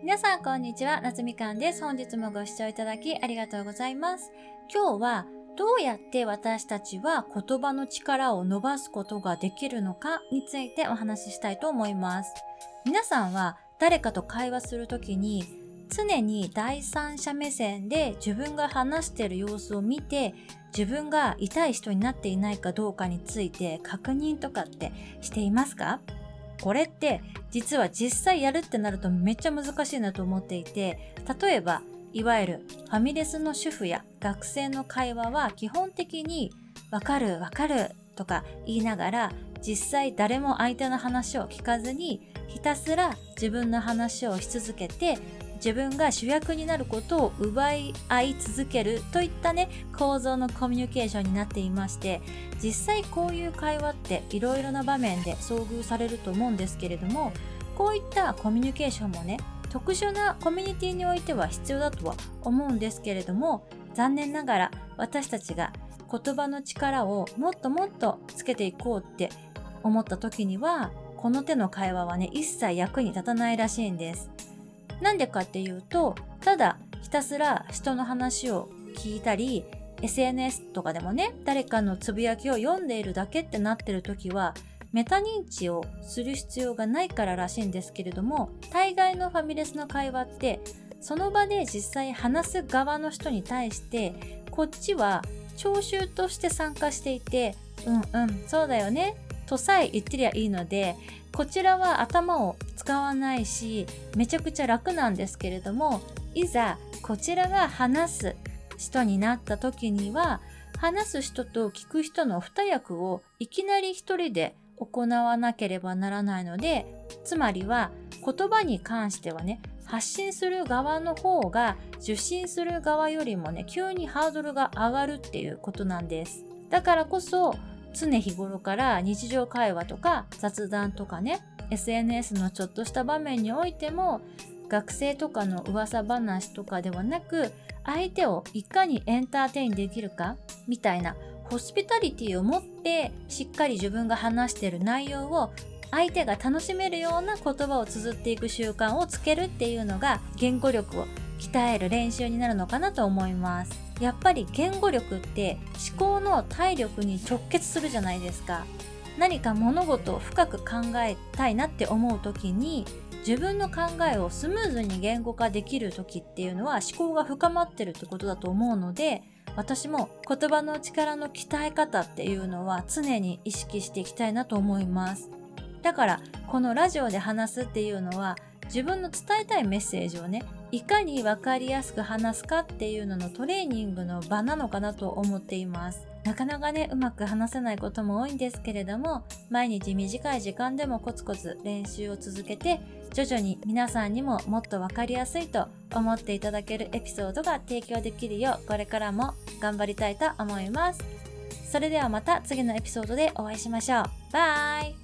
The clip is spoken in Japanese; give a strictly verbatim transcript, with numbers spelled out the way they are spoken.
皆さんこんにちは、夏みかんです。本日もご視聴いただきありがとうございます。今日はどうやって私たちは言葉の力を伸ばすことができるのかについてお話ししたいと思います。皆さんは誰かと会話するときに常に第三者目線で自分が話している様子を見て、自分が痛い人になっていないかどうかについて確認とかってしていますか？これって実は実際やるってなるとめっちゃ難しいなと思っていて、例えばいわゆるファミレスの主婦や学生の会話は基本的にわかるわかるとか言いながら、実際誰も相手の話を聞かずにひたすら自分の話をし続けて、自分が主役になることを奪い合い続けるといったね構造のコミュニケーションになっていまして、実際こういう会話っていろいろな場面で遭遇されると思うんですけれども、こういったコミュニケーションもね特殊なコミュニティにおいては必要だとは思うんですけれども、残念ながら私たちが言葉の力をもっともっとつけていこうって思った時には、この手の会話はね一切役に立たないらしいんです。なんでかっていうと、ただひたすら人の話を聞いたり エスエヌエス とかでもね誰かのつぶやきを読んでいるだけってなってる時はメタ認知をする必要がないかららしいんですけれども、大概のファミレスの会話ってその場で実際話す側の人に対してこっちは聴衆として参加していて、うんうんそうだよねとさえ言ってりゃいいので、こちらは頭を使わないしめちゃくちゃ楽なんですけれども、いざこちらが話す人になった時には、話す人と聞く人の二役をいきなり一人で行わなければならないので、つまりは言葉に関してはね発信する側の方が受信する側よりもね急にハードルが上がるっていうことなんです。だからこそ常日頃から日常会話とか雑談とかね エスエヌエス のちょっとした場面においても、学生とかの噂話とかではなく、相手をいかにエンターテインできるかみたいなホスピタリティを持ってしっかり自分が話している内容を相手が楽しめるような言葉を綴っていく習慣をつけるっていうのが言語力を鍛える練習になるのかなと思います。やっぱり言語力って思考の体力に直結するじゃないですか。何か物事を深く考えたいなって思う時に、自分の考えをスムーズに言語化できる時っていうのは思考が深まってるってことだと思うので、私も言葉の力の鍛え方っていうのは常に意識していきたいなと思います。だからこのラジオで話すっていうのは、自分の伝えたいメッセージをねいかに分かりやすく話すかっていうののトレーニングの場なのかなと思っています。なかなかねうまく話せないことも多いんですけれども、毎日短い時間でもコツコツ練習を続けて、徐々に皆さんにももっと分かりやすいと思っていただけるエピソードが提供できるよう、これからも頑張りたいと思います。それではまた次のエピソードでお会いしましょう。バイ。